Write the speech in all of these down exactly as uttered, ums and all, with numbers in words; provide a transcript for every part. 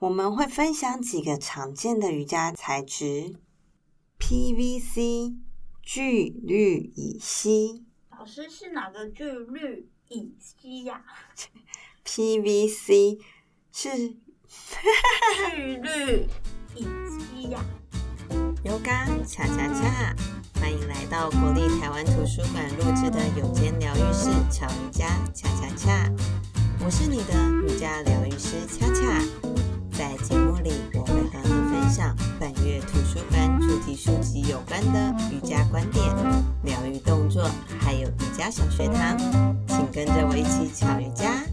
我们会分享几个常见的瑜伽材质。 P V C 聚氯乙烯。 老师是哪个聚氯乙烯呀、啊、 P V C 是聚氯乙烯呀。 尤嘎恰恰恰，欢迎来到国立台湾图书馆录制的有间疗愈室巧瑜伽恰恰恰。我是你的瑜伽疗愈师恰恰。在节目里，我会和你分享本月图书馆主题书籍有关的瑜伽观点、疗愈动作，还有瑜伽小学堂。请跟着我一起巧瑜伽。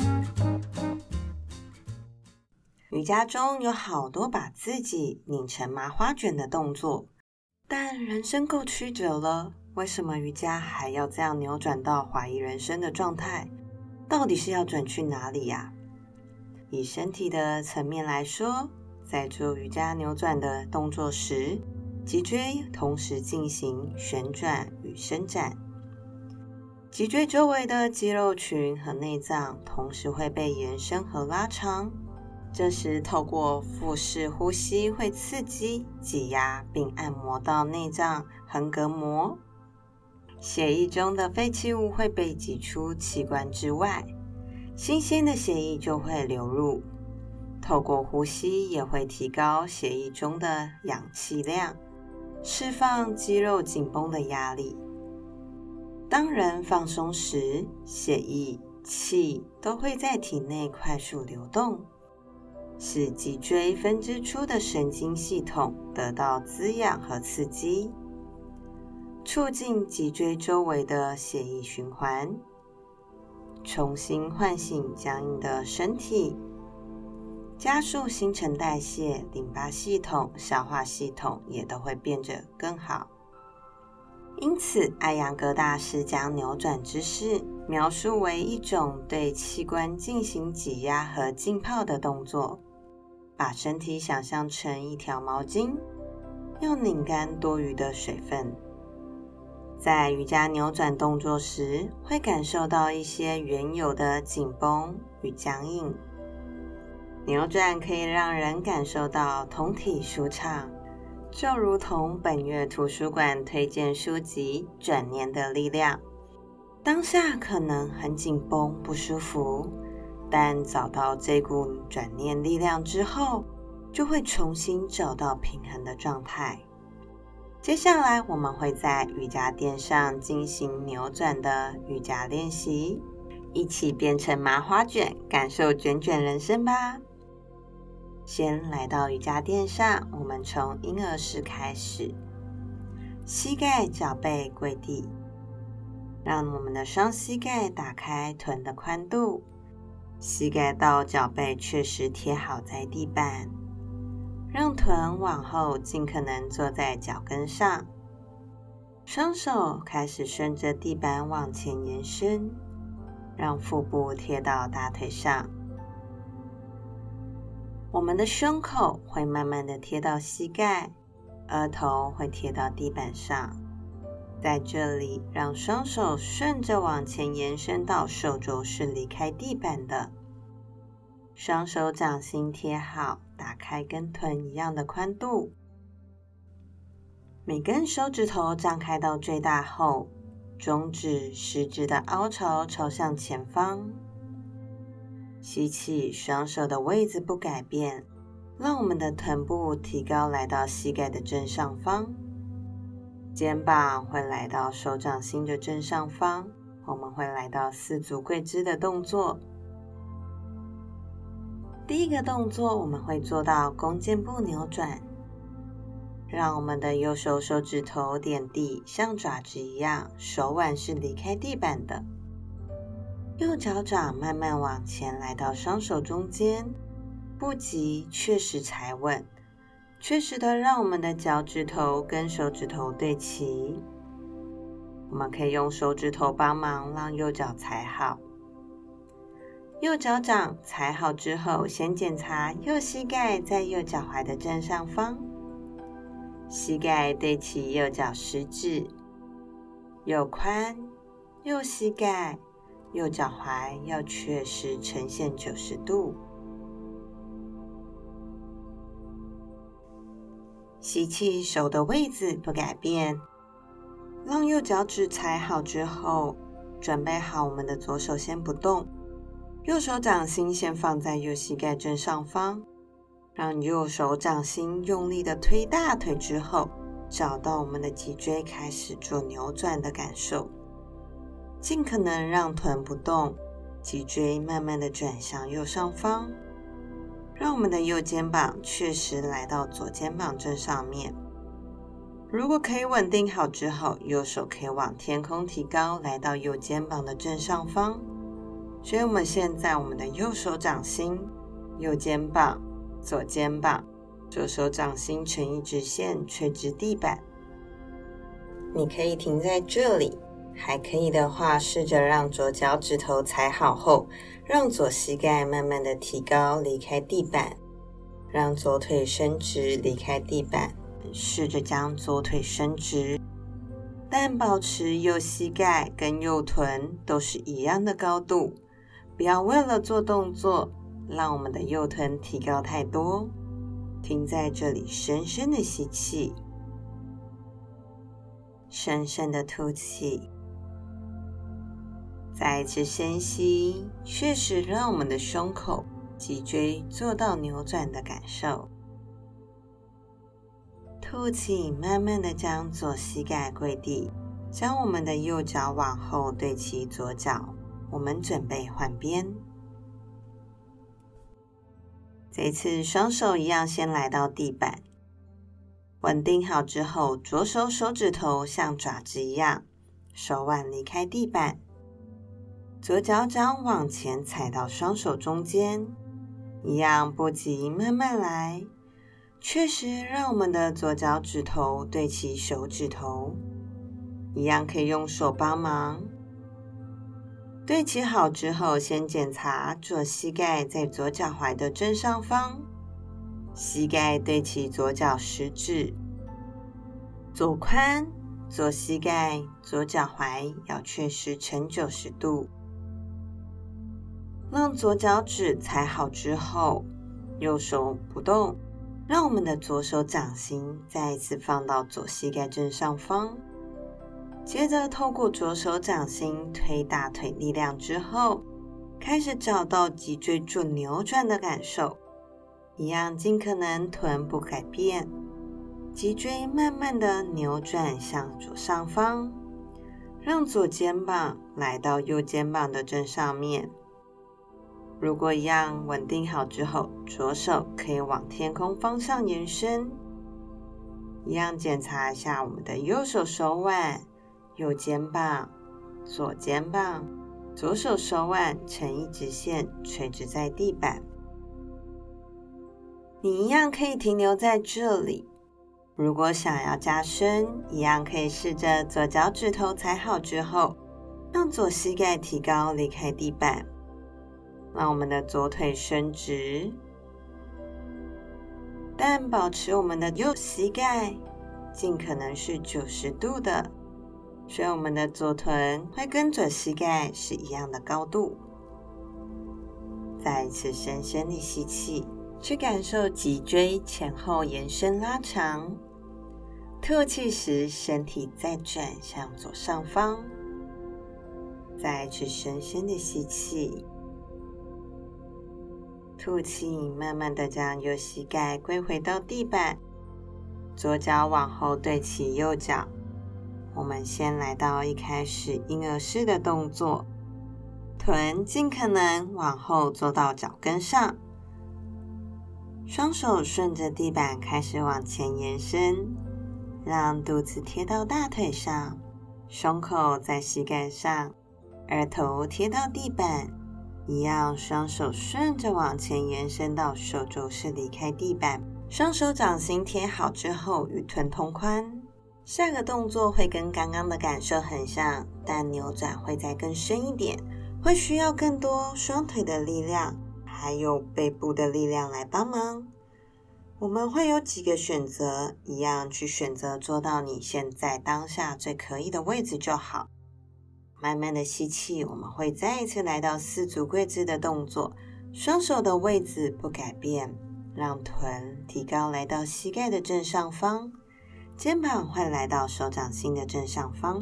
瑜伽中有好多把自己拧成麻花卷的动作，但人生够曲折了，为什么瑜伽还要这样扭转到怀疑人生的状态？到底是要转去哪里呀、啊？以身体的层面来说，在做瑜伽扭转的动作时，脊椎同时进行旋转与伸展，脊椎周围的肌肉群和内脏同时会被延伸和拉长。这时透过腹式呼吸会刺激、挤压并按摩到内脏横膈膜，血液中的废弃物会被挤出器官之外，新鲜的血液就会流入，透过呼吸也会提高血液中的氧气量，释放肌肉紧绷的压力。当人放松时，血液、气都会在体内快速流动，使脊椎分支处的神经系统得到滋养和刺激，促进脊椎周围的血液循环，重新唤醒僵硬的身体，加速新陈代谢，淋巴系统、消化系统也都会变得更好。因此，艾扬格大师将扭转姿势描述为一种对器官进行挤压和浸泡的动作，把身体想象成一条毛巾，要拧干多余的水分。在瑜伽扭转动作时，会感受到一些原有的紧绷与僵硬。扭转可以让人感受到通体舒畅，就如同本月图书馆推荐书籍《转念的力量》。当下可能很紧绷不舒服，但找到这股转念力量之后，就会重新找到平衡的状态。接下来我们会在瑜伽垫上进行扭转的瑜伽练习，一起变成麻花卷，感受卷卷人生吧。先来到瑜伽垫上，我们从婴儿式开始，膝盖脚背跪地，让我们的双膝盖打开臀的宽度，膝盖到脚背确实贴好在地板，让臀往后尽可能坐在脚跟上，双手开始顺着地板往前延伸，让腹部贴到大腿上。我们的胸口会慢慢的贴到膝盖，额头会贴到地板上。在这里，让双手顺着往前延伸到手肘是离开地板的，双手掌心贴好，打开跟臀一样的宽度，每根手指头张开到最大后，中指、食指的凹槽朝向前方。吸气，双手的位置不改变，让我们的臀部提高来到膝盖的正上方，肩膀会来到手掌心的正上方，我们会来到四足跪姿的动作。第一个动作，我们会做到弓箭步扭转，让我们的右手手指头点地，像爪子一样，手腕是离开地板的。右脚掌慢慢往前来到双手中间，不急，确实踩稳，确实的让我们的脚趾头跟手指头对齐。我们可以用手指头帮忙让右脚踩好。右脚掌踩好之后，先检查右膝盖在右脚踝的正上方，膝盖对齐右脚食指，右髋、右膝盖、右脚踝要确实呈现九十度。 吸气，手的位置不改变，让右脚趾踩好之后，准备好我们的左手先不动，右手掌心先放在右膝盖正上方，让右手掌心用力的推大腿之后，找到我们的脊椎开始做扭转的感受，尽可能让臀不动，脊椎慢慢的转向右上方，让我们的右肩膀确实来到左肩膀正上面。如果可以稳定好之后，右手可以往天空提高，来到右肩膀的正上方。所以我们现在我们的右手掌心、右肩膀、左肩膀、左手掌心成一直线垂直地板。你可以停在这里，还可以的话，试着让左脚趾头踩好后，让左膝盖慢慢的提高，离开地板，让左腿伸直，离开地板。试着将左腿伸直，但保持右膝盖跟右臀都是一样的高度，不要为了做动作，让我们的右臀提高太多。停在这里，深深的吸气，深深的吐气。再一次深吸，确实让我们的胸口、脊椎做到扭转的感受。吐气，慢慢的将左膝盖跪地，将我们的右脚往后对齐左脚，我们准备换边。这一次双手一样先来到地板，稳定好之后，左手手指头像爪子一样，手腕离开地板，左脚掌往前踩到双手中间，一样不急，慢慢来。确实让我们的左脚趾头对齐手指头，一样可以用手帮忙。对齐好之后，先检查左膝盖在左脚踝的正上方，膝盖对齐左脚食指，左髋、左膝盖、左脚踝要确实呈九十度。让左脚趾踩好之后，右手不动，让我们的左手掌心再一次放到左膝盖正上方，接着透过左手掌心推大腿力量之后，开始找到脊椎做扭转的感受，一样尽可能臀部改变，脊椎慢慢的扭转向左上方，让左肩膀来到右肩膀的正上面。如果一样稳定好之后，左手可以往天空方向延伸，一样检查一下我们的右手手腕、右肩膀、左肩膀，左手手腕呈一直线垂直在地板。你一样可以停留在这里，如果想要加深，一样可以试着左脚趾头踩好之后，让左膝盖提高离开地板，让我们的左腿伸直，但保持我们的右膝盖尽可能是九十度的，所以我们的左臀会跟左膝盖是一样的高度。再一次深深的吸气，去感受脊椎前后延伸拉长。吐气时，身体再转向左上方。再一次深深的吸气，吐气，慢慢的将右膝盖归回到地板，左脚往后对齐右脚。我们先来到一开始婴儿式的动作，臀尽可能往后坐到脚跟上，双手顺着地板开始往前延伸，让肚子贴到大腿上，胸口在膝盖上，额头贴到地板，一样双手顺着往前延伸到手肘是离开地板，双手掌心贴好之后与臀同宽。下个动作会跟刚刚的感受很像，但扭转会再更深一点，会需要更多双腿的力量，还有背部的力量来帮忙。我们会有几个选择，一样去选择做到你现在当下最可以的位置就好。慢慢的吸气，我们会再一次来到四足跪姿的动作，双手的位置不改变， 让臀提高来到膝盖的正上方，肩膀会来到手掌心的正上方。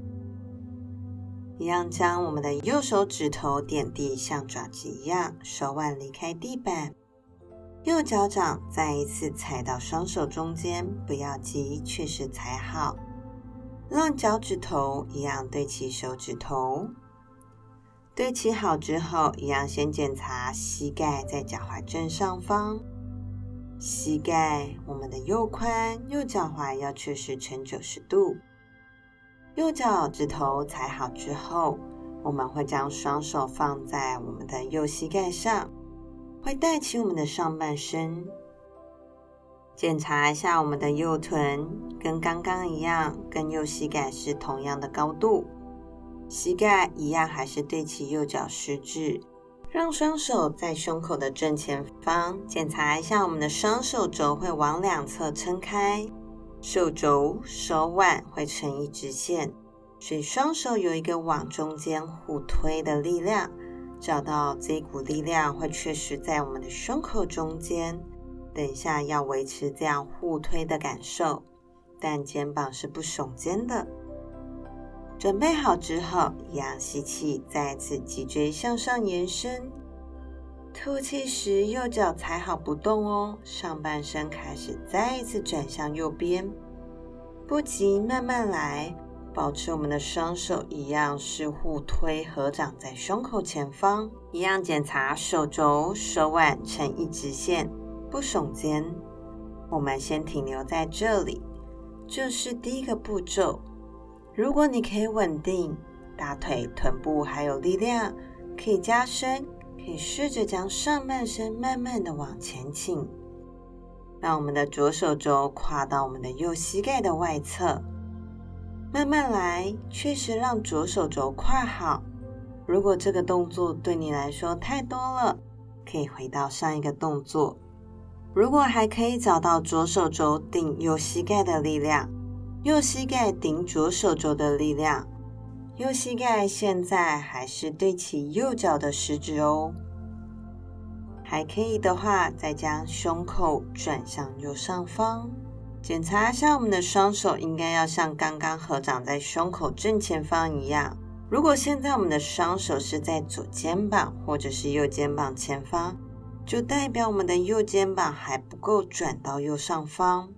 一样将我们的右手指头点地，像爪子一样，手腕离开地板。右脚掌再一次踩到双手中间，不要急，确实踩好。让脚趾头一样对齐手指头。对齐好之后，一样先检查膝盖在脚踝正上方。膝盖，我们的右髋、右脚踝要确实呈九十度。右脚趾头踩好之后，我们会将双手放在我们的右膝盖上，会带起我们的上半身。检查一下我们的右臀，跟刚刚一样，跟右膝盖是同样的高度。膝盖一样还是对齐右脚食指，让双手在胸口的正前方。检查一下我们的双手肘会往两侧撑开。手肘、手腕会成一直线，所以双手有一个往中间互推的力量，找到这一股力量会确实在我们的胸口中间。等一下要维持这样互推的感受，但肩膀是不耸肩的。准备好之后，一样吸气，再次脊椎向上延伸。吐气时，右脚踩好不动哦，上半身开始再一次转向右边，不急，慢慢来，保持我们的双手一样是互推合掌在胸口前方，一样检查手肘、手腕呈一直线，不耸肩。我们先停留在这里，这是第一个步骤。如果你可以稳定，大腿、臀部还有力量，可以加深。可以试着将上半身慢慢的往前倾，让我们的左手肘跨到我们的右膝盖的外侧，慢慢来，确实让左手肘跨好。如果这个动作对你来说太多了，可以回到上一个动作。如果还可以找到左手肘顶右膝盖的力量，右膝盖顶左手肘的力量，右膝盖现在还是对齐右脚的食指哦。还可以的话，再将胸口转向右上方，检查一下我们的双手应该要像刚刚合掌在胸口正前方一样。如果现在我们的双手是在左肩膀或者是右肩膀前方，就代表我们的右肩膀还不够转到右上方。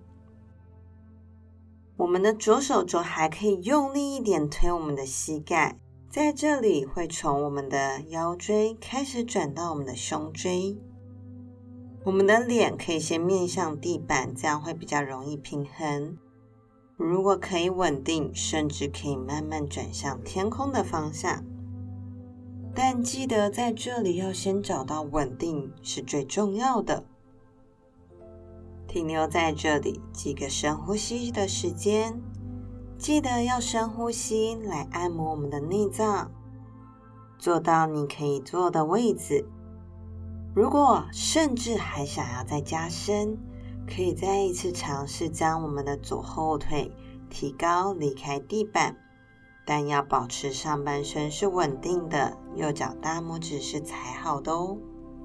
我们的左手肘还可以用力一点推我们的膝盖，在这里会从我们的腰椎开始转到我们的胸椎。我们的脸可以先面向地板，这样会比较容易平衡。如果可以稳定，甚至可以慢慢转向天空的方向。但记得在这里要先找到稳定是最重要的。停留在这里几个深呼吸的时间，记得要深呼吸来按摩我们的内脏，做到你可以坐的位置。如果甚至还想要再加深，可以再一次尝试将我们的左后腿提高离开地板，但要保持上半身是稳定的，右脚大拇指是踩好的哦。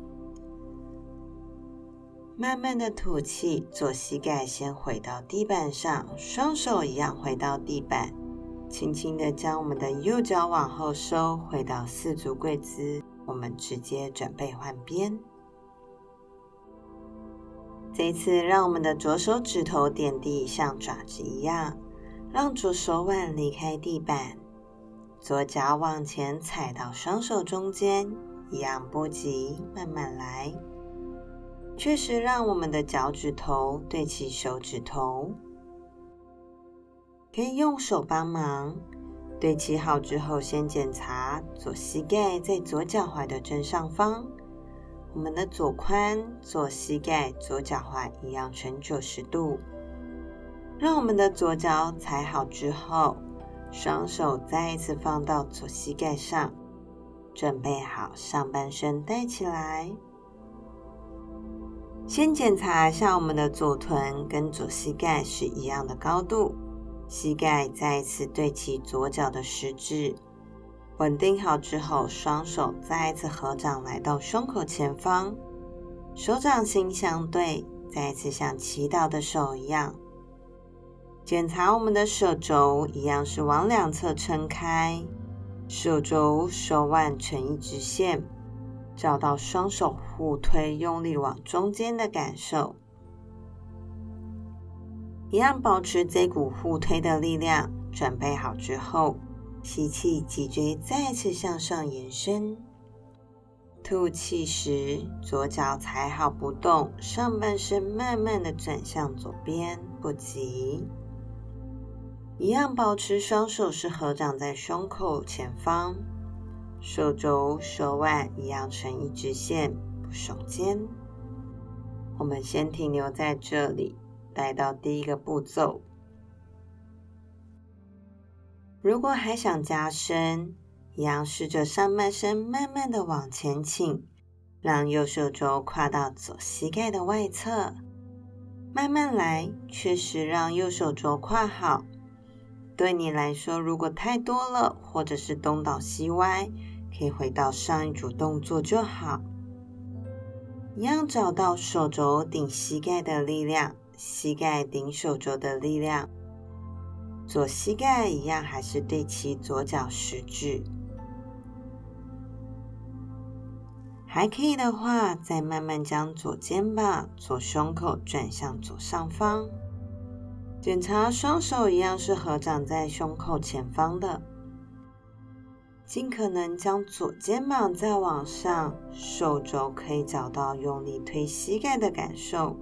慢慢的吐气，左膝盖先回到地板上，双手一样回到地板，轻轻的将我们的右脚往后收，回到四足跪姿，我们直接准备换边。这一次让我们的左手指头点地，像爪子一样，让左手腕离开地板，左脚往前踩到双手中间，一样不急，慢慢来。确实让我们的脚趾头对齐手指头，可以用手帮忙。对齐好之后，先检查左膝盖在左脚踝的正上方，我们的左髋、左膝盖、左脚踝一样呈九十度。让我们的左脚踩好之后，双手再一次放到左膝盖上，准备好上半身带起来。先检查一下我们的左臀跟左膝盖是一样的高度，膝盖再一次对齐左脚的食指。稳定好之后，双手再一次合掌来到胸口前方， 手掌心相对，再次像祈祷的手一样。检查我们的手肘，一样是往两侧撑开，手肘、手腕成一直线，找到双手互推，用力往中间的感受。一样保持这股互推的力量，准备好之后，吸气，脊椎再次向上延伸。吐气时，左脚踩好不动，上半身慢慢的转向左边，不急。一样保持双手是合掌在胸口前方，手肘、手腕一样成一直线，不耸肩。我们先停留在这里，来到第一个步骤。如果还想加深，一样试着上半身慢慢的往前倾，让右手肘跨到左膝盖的外侧，慢慢来，确实让右手肘跨好。对你来说，如果太多了，或者是东倒西歪，可以回到上一组动作就好。一样找到手肘顶膝盖的力量，膝盖顶手肘的力量。左膝盖一样还是对齐左脚食指。还可以的话，再慢慢将左肩膀、左胸口转向左上方。检查双手一样是合掌在胸口前方的，尽可能将左肩膀再往上，手肘可以找到用力推膝盖的感受。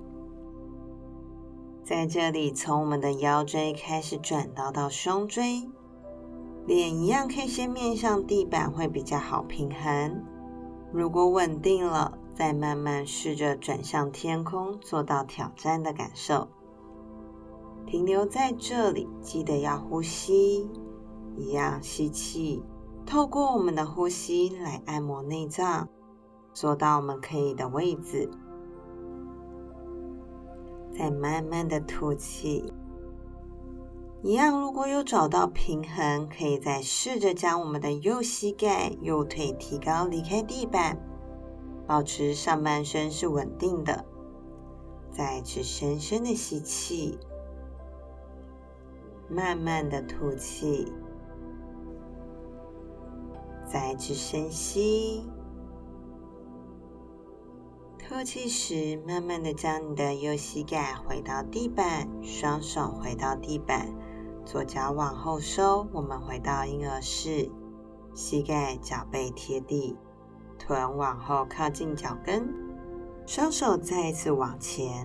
在这里，从我们的腰椎开始转到到胸椎，脸一样可以先面向地板，会比较好平衡。如果稳定了，再慢慢试着转向天空，做到挑战的感受。停留在这里，记得要呼吸，一样吸气，透过我们的呼吸来按摩内脏，做到我们可以的位置。再慢慢的吐气，一样如果有找到平衡，可以再试着将我们的右膝盖、右腿提高离开地板，保持上半身是稳定的。再次深深的吸气，慢慢的吐气，再次深吸。吐气时，慢慢的将你的右膝盖回到地板，双手回到地板，左脚往后收，我们回到婴儿式，膝盖脚背贴地，臀往后靠近脚跟，双手再一次往前。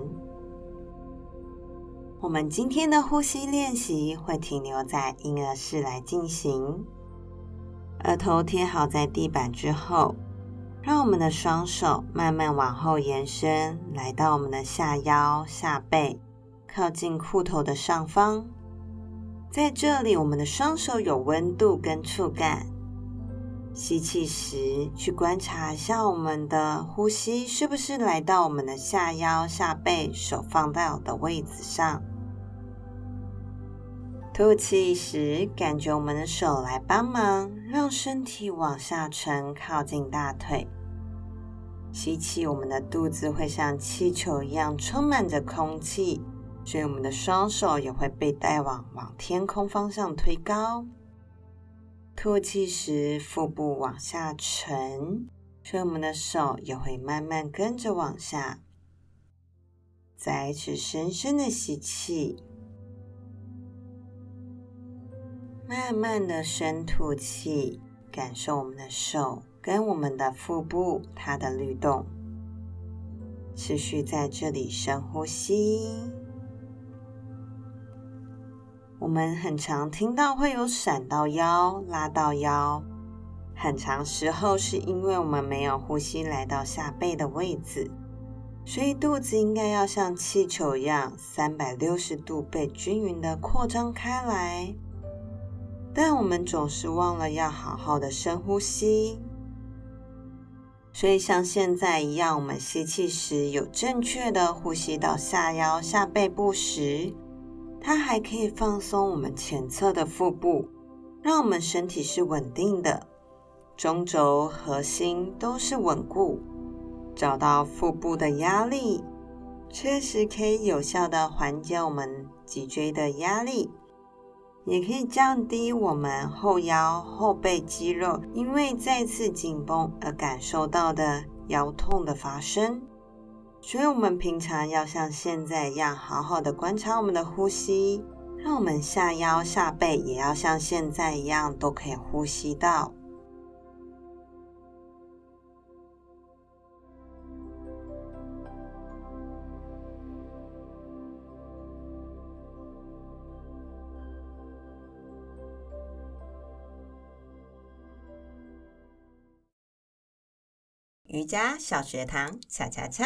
我们今天的呼吸练习会停留在婴儿式来进行。额头贴好在地板之后，让我们的双手慢慢往后延伸，来到我们的下腰、下背，靠近裤头的上方。在这里，我们的双手有温度跟触感。吸气时，去观察一下我们的呼吸是不是来到我们的下腰、下背，手放在我的位置上。吐气时，感觉我们的手来帮忙，让身体往下沉，靠近大腿。吸气，我们的肚子会像气球一样充满着空气，所以我们的双手也会被带往往天空方向推高。吐气时，腹部往下沉，所以我们的手也会慢慢跟着往下。再一次深深的吸气，慢慢的深吐气，感受我们的手跟我们的腹部它的律动。持续在这里深呼吸。我们很常听到会有闪到腰、拉到腰，很长时候是因为我们没有呼吸来到下背的位置，所以肚子应该要像气球一样三百六十度被均匀的扩张开来。但我们总是忘了要好好的深呼吸，所以像现在一样，我们吸气时有正确的呼吸到下腰、下背部时，它还可以放松我们前侧的腹部，让我们身体是稳定的，中轴、核心都是稳固。 找到腹部的压力，确实可以有效的缓解我们脊椎的压力，也可以降低我们后腰、后背肌肉因为再次紧绷而感受到的腰痛的发生。所以我们平常要像现在一样好好的观察我们的呼吸，让我们下腰下背也要像现在一样都可以呼吸到。瑜伽小学堂，恰恰恰。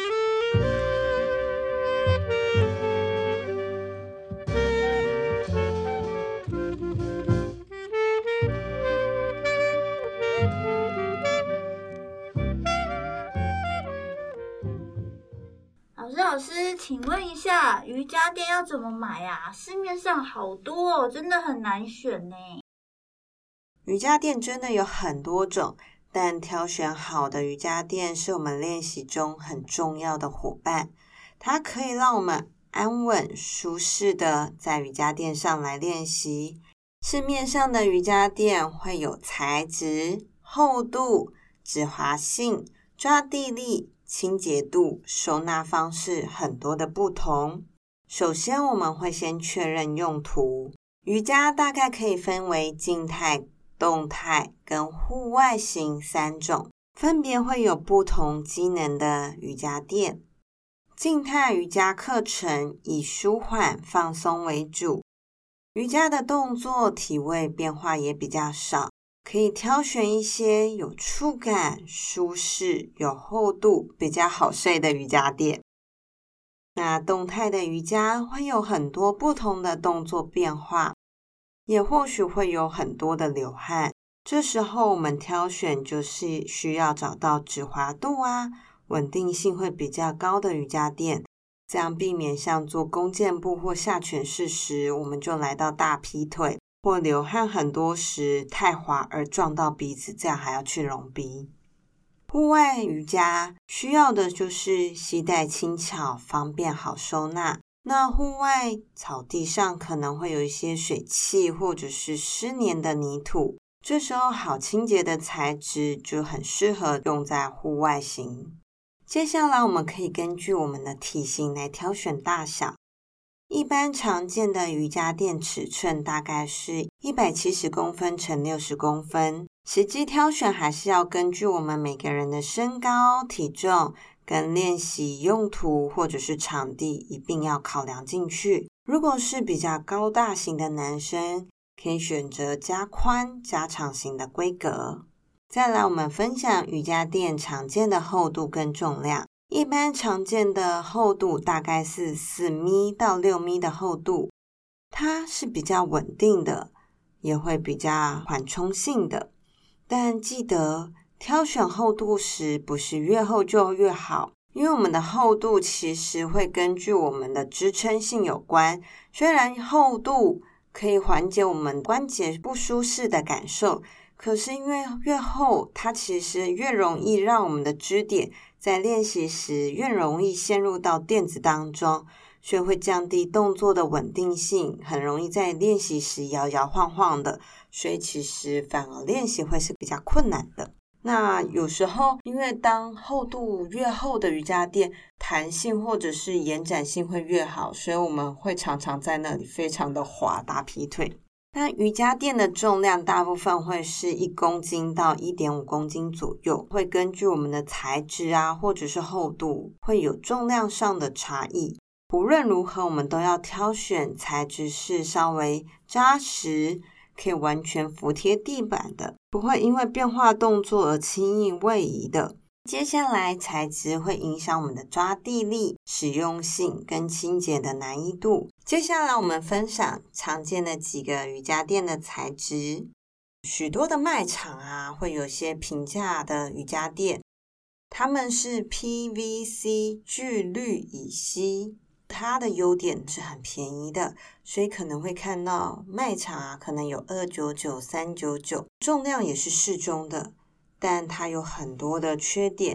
老师，老师，请问一下，瑜伽垫要怎么买啊？市面上好多哦，真的很难选呢。 瑜伽垫真的有很多种，但挑选好的瑜伽垫是我们练习中很重要的伙伴。它可以让我们安稳、舒适的在瑜伽垫上来练习。市面上的瑜伽垫会有材质、厚度、止滑性、抓地力、清洁度、收纳方式很多的不同。首先我们会先确认用途。瑜伽大概可以分为静态、动态跟户外型三种，分别会有不同机能的瑜伽垫。静态瑜伽课程以舒缓放松为主，瑜伽的动作体位变化也比较少，可以挑选一些有触感、舒适、有厚度、比较好睡的瑜伽垫。那动态的瑜伽会有很多不同的动作变化，也或许会有很多的流汗，这时候我们挑选就是需要找到止滑度啊、稳定性会比较高的瑜伽垫，这样避免像做弓箭步或下犬式时，我们就来到大劈腿，或流汗很多时太滑而撞到鼻子，这样还要去隆鼻。户外瑜伽需要的就是携带轻巧，方便好收纳。那户外草地上可能会有一些水汽或者是湿黏的泥土，这时候好清洁的材质就很适合用在户外型。接下来我们可以根据我们的体型来挑选大小。一般常见的瑜伽垫尺寸大概是一百七十公分乘六十公分，实际挑选还是要根据我们每个人的身高、体重跟练习用途或者是场地一并要考量进去。如果是比较高大型的男生，可以选择加宽加长型的规格。再来我们分享瑜伽垫常见的厚度跟重量。一般常见的厚度大概是四米到六米的厚度，它是比较稳定的，也会比较缓冲性的。但记得挑选厚度时不是越厚就越好，因为我们的厚度其实会根据我们的支撑性有关。虽然厚度可以缓解我们关节不舒适的感受，可是因为越厚，它其实越容易让我们的支点在练习时越容易陷入到垫子当中，所以会降低动作的稳定性，很容易在练习时摇摇晃晃的，所以其实反而练习会是比较困难的。那有时候因为当厚度越厚的瑜伽垫弹性或者是延展性会越好，所以我们会常常在那里非常的滑，打劈腿。那瑜伽垫的重量大部分会是一公斤到 一点五公斤左右，会根据我们的材质啊或者是厚度会有重量上的差异。无论如何我们都要挑选材质是稍微扎实，可以完全服贴地板的，不会因为变化动作而轻易位移的。接下来材质会影响我们的抓地力、实用性跟清洁的难易度。接下来我们分享常见的几个瑜伽垫的材质。许多的卖场啊会有些平价的瑜伽垫，它们是 P V C 聚氯乙烯，它的优点是很便宜的，所以可能会看到卖场啊可能有二百九十九、三百九十九，重量也是适中的，但它有很多的缺点，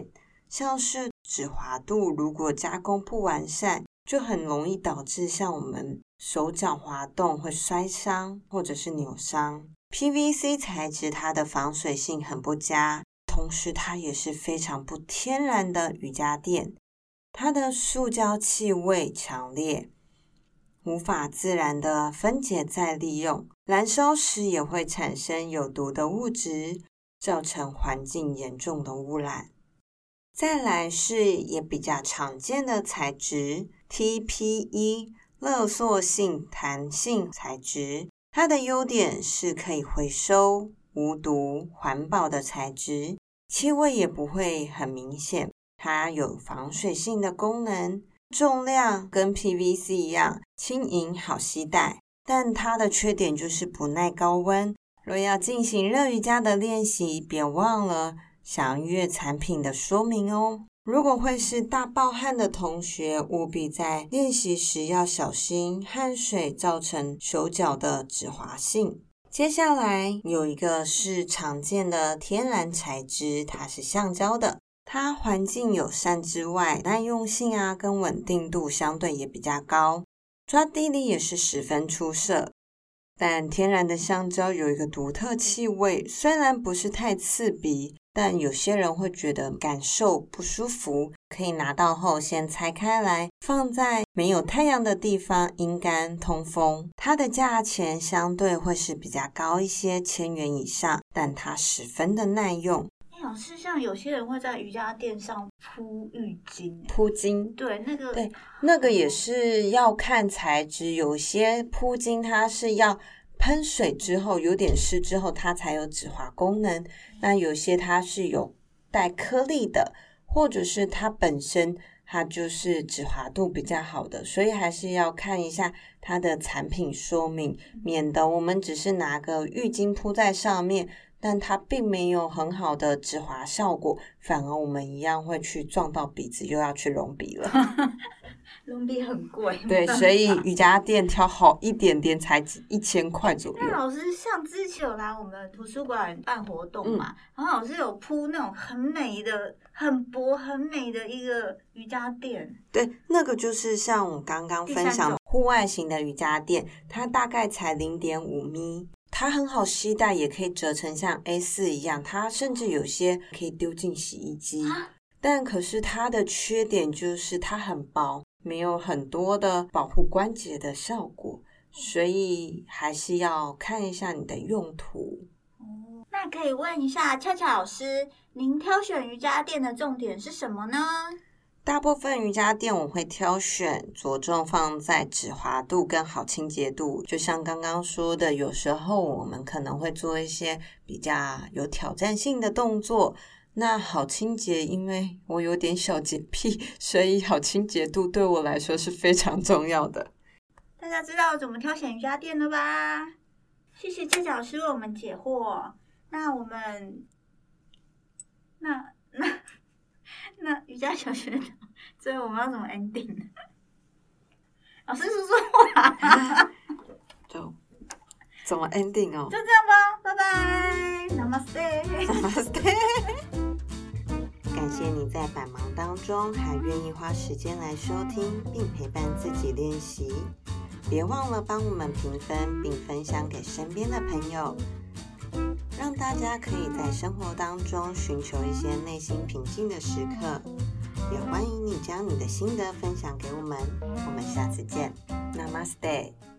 像是指滑度如果加工不完善，就很容易导致像我们手脚滑动会摔伤或者是扭伤。 P V C 材质它的防水性很不佳，同时它也是非常不天然的瑜伽垫，它的塑胶气味强烈，无法自然的分解再利用，燃烧时也会产生有毒的物质，造成环境严重的污染。再来是也比较常见的材质 T P E 勒塑性弹性材质，它的优点是可以回收、无毒、环保的材质，气味也不会很明显，它有防水性的功能，重量跟 P V C 一样轻盈好携带，但它的缺点就是不耐高温。若要进行热瑜伽的练习，别忘了详阅产品的说明哦。如果会是大爆汗的同学，务必在练习时要小心汗水造成手脚的止滑性。接下来有一个是常见的天然材质，它是橡胶的，它环境友善之外，耐用性啊跟稳定度相对也比较高，抓地力也是十分出色。但天然的橡胶有一个独特气味，虽然不是太刺鼻，但有些人会觉得感受不舒服，可以拿到后先拆开来，放在没有太阳的地方阴干通风。它的价钱相对会是比较高一些，千元以上，但它十分的耐用。 老师，像有些人会在瑜伽垫上铺浴巾， 铺巾， 对，那个对，那个也是要看材质，有些铺巾它是要喷水之后有点湿之后它才有止滑功能，那有些它是有带颗粒的，或者是它本身它就是止滑度比较好的，所以还是要看一下它的产品说明，免得我们只是拿个浴巾铺在上面，但它并没有很好的止滑效果，反而我们一样会去撞到鼻子，又要去隆鼻了。 隆鼻很贵， 对，所以瑜伽垫挑好一点点才一千块左右。 那老师像之前有来我们图书馆办活动嘛，嗯、然后老师有铺那种很美的、很薄、很美的一个瑜伽垫。 对，那个就是像我刚刚分享户外型的瑜伽垫，它大概才 零点五米。它很好携带，也可以折成像 A 四 一样，它甚至有些可以丢进洗衣机。但可是它的缺点就是它很薄，没有很多的保护关节的效果，所以还是要看一下你的用途。 哦，那可以问一下恰恰老师，您挑选瑜伽垫的重点是什么呢？ 大部分瑜伽垫我会挑选着重放在止滑度跟好清洁度，就像刚刚说的，有时候我们可能会做一些比较有挑战性的动作，那好清洁，因为我有点小洁癖，所以好清洁度对我来说是非常重要的。 大家知道怎么挑选瑜伽垫了吧？谢谢恰恰老师为我们解惑。那我们那那那瑜伽小学堂最后我们要怎么 ending？ 老师说说话、啊、 就怎么 ending 哦？ 就这样吧，拜拜 Namaste Namaste 感谢你在百忙当中还愿意花时间来收听并陪伴自己练习，别忘了帮我们评分并分享给身边的朋友，让大家可以在生活当中寻求一些内心平静的时刻。也欢迎你将你的心得分享给我们，我们下次见 Namaste。